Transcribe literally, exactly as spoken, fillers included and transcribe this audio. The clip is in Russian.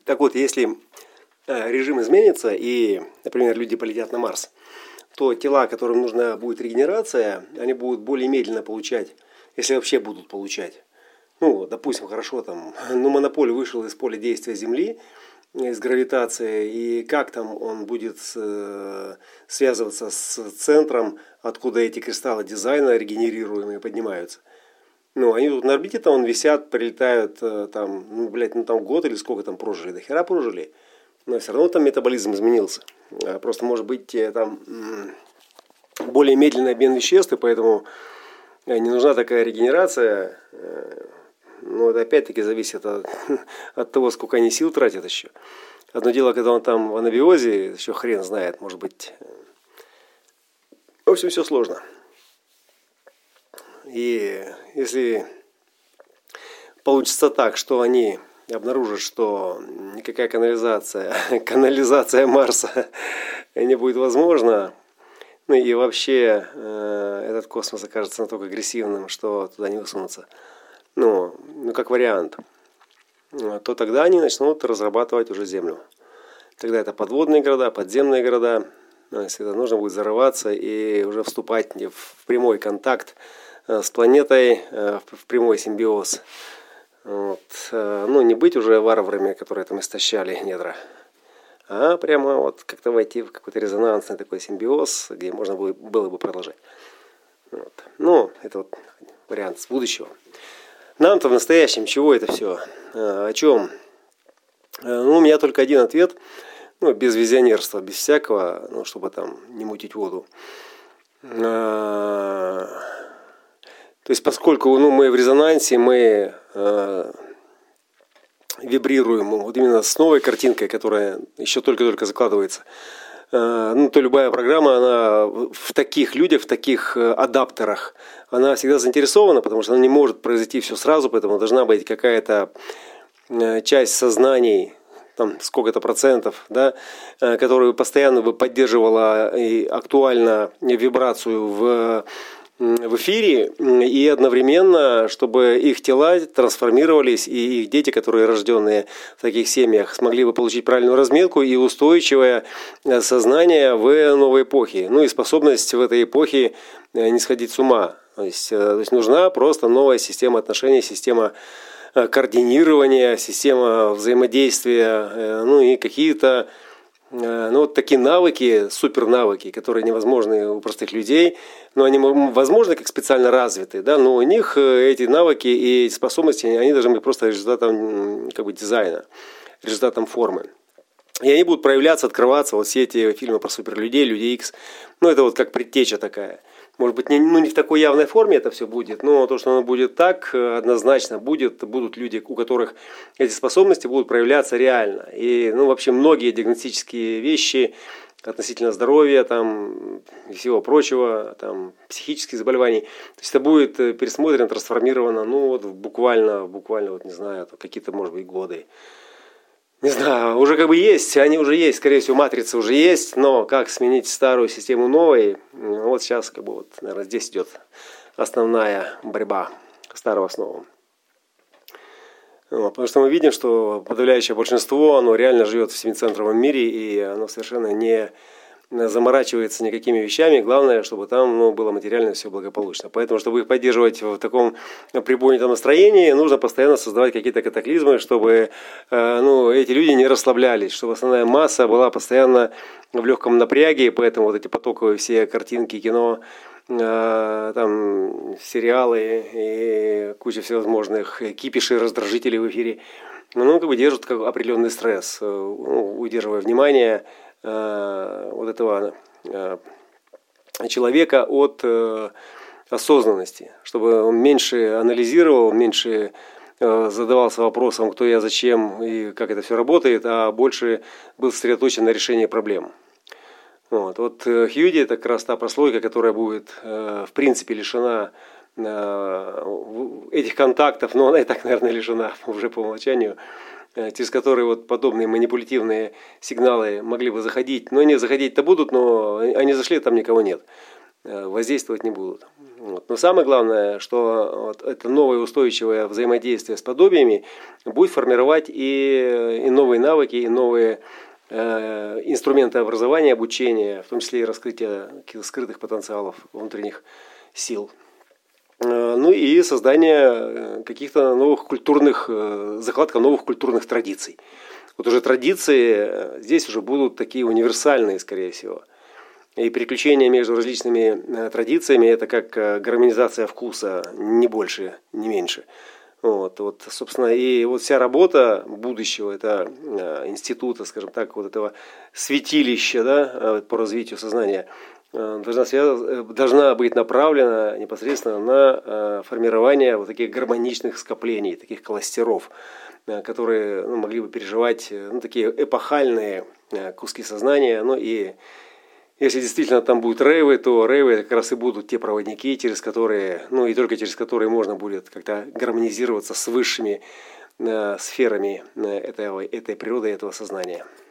Так вот, если режим изменится и, например, люди полетят на Марс, то тела, которым нужна будет регенерация, они будут более медленно получать, если вообще будут получать. Ну, допустим, хорошо, там, ну, монополь вышел из поля действия Земли, из гравитации, и как там он будет э, связываться с центром, откуда эти кристаллы дизайна регенерируемые поднимаются. Ну, они тут на орбите там висят, прилетают э, там, ну, блядь, ну там год или сколько там прожили, до хера прожили. Но все равно там метаболизм изменился. Просто может быть там более медленный обмен веществ, и поэтому не нужна такая регенерация. Но это опять-таки зависит от, от того, сколько они сил тратят еще. Одно дело, когда он там в анабиозе, еще хрен знает, может быть. В общем, все сложно. И если получится так, что они обнаружат, что никакая канализация, канализация Марса не будет возможна, ну и вообще э, этот космос окажется настолько агрессивным, что туда не высунуться, ну, ну как вариант, то тогда они начнут разрабатывать уже Землю. Тогда это подводные города, подземные города, если это нужно будет зарываться и уже вступать в прямой контакт с планетой, в прямой симбиоз. Вот. Ну, не быть уже варварами, которые там истощали недра, а прямо вот как-то войти в какой-то резонансный такой симбиоз, где можно было, было бы продолжать. Вот. Ну, это вот вариант с будущего. Нам-то в настоящем чего это все? О чем? Ну, у меня только один ответ, ну, без визионерства, без всякого, ну, чтобы там не мутить воду. То есть, поскольку ну, мы в резонансе, мы э, вибрируем вот именно с новой картинкой, которая еще только-только закладывается, э, ну, то любая программа, она в таких людях, в таких адаптерах, она всегда заинтересована, потому что она не может произойти все сразу, поэтому должна быть какая-то часть сознаний, там сколько-то процентов, да, которая постоянно бы поддерживала и актуально вибрацию в в эфире, и одновременно, чтобы их тела трансформировались, и их дети, которые рожденные в таких семьях, смогли бы получить правильную разметку и устойчивое сознание в новой эпохе. Ну и способность в этой эпохе не сходить с ума. То есть, то есть нужна просто новая система отношений, система координирования, система взаимодействия, ну и какие-то ну, вот такие навыки, супернавыки, которые невозможны у простых людей, но они возможны как специально развитые, да, но у них эти навыки и способности, они должны быть просто результатом как бы, дизайна, результатом формы. И они будут проявляться, открываться, вот все эти фильмы про суперлюдей, Люди Икс, ну, это вот как предтеча такая. Может быть, не, ну, не в такой явной форме это все будет, но то, что оно будет так, однозначно будет, будут люди, у которых эти способности будут проявляться реально. И, ну, вообще, многие диагностические вещи относительно здоровья, там, и всего прочего, там, психических заболеваний, то есть это будет пересмотрено, трансформировано, ну, вот буквально, буквально, вот не знаю, какие-то, может быть, годы. Не знаю, уже как бы есть, они уже есть, скорее всего, матрицы уже есть, но как сменить старую систему новой, вот сейчас, как бы, вот, наверное, здесь идет основная борьба старого с новым. Вот, потому что мы видим, что подавляющее большинство, оно реально живет в семицентровом мире, и оно совершенно не заморачивается никакими вещами. Главное, чтобы там ну, было материально все благополучно. Поэтому, чтобы их поддерживать в таком приподнятом настроении, нужно постоянно создавать какие-то катаклизмы, чтобы э, ну, эти люди не расслаблялись, чтобы основная масса была постоянно в легком напряге. Поэтому вот эти потоковые все картинки, кино, э, там, сериалы и куча всевозможных кипишей, раздражителей в эфире, ну, как бы держат как определенный стресс, удерживая внимание вот этого человека от осознанности, чтобы он меньше анализировал, меньше задавался вопросом, кто я, зачем и как это все работает, а больше был сосредоточен на решении проблем. Вот, вот Хьюди – это как раз та прослойка, которая будет в принципе лишена этих контактов, но она и так, наверное, лишена уже по умолчанию, через которые вот подобные манипулятивные сигналы могли бы заходить. Но они заходить-то будут, но они зашли, там никого нет. Воздействовать не будут. Вот. Но самое главное, что вот это новое устойчивое взаимодействие с подобиями будет формировать и, и новые навыки, и новые э, инструменты образования, обучения, в том числе и раскрытия каких-то скрытых потенциалов внутренних сил. Ну и создание каких-то новых культурных, закладка новых культурных традиций. Вот уже традиции здесь уже будут такие универсальные, скорее всего. И переключение между различными традициями – это как гармонизация вкуса, не больше, не меньше. Вот, вот, собственно, и вот вся работа будущего, это института, скажем так, вот этого святилища, да, по развитию сознания, должна, должна быть направлена непосредственно на формирование вот таких гармоничных скоплений, таких кластеров, которые ну, могли бы переживать ну, такие эпохальные куски сознания. Ну и если действительно там будут рейвы, то рейвы как раз и будут те проводники, через которые, ну и только через которые можно будет как-то гармонизироваться с высшими сферами этой, этой природы, этого сознания.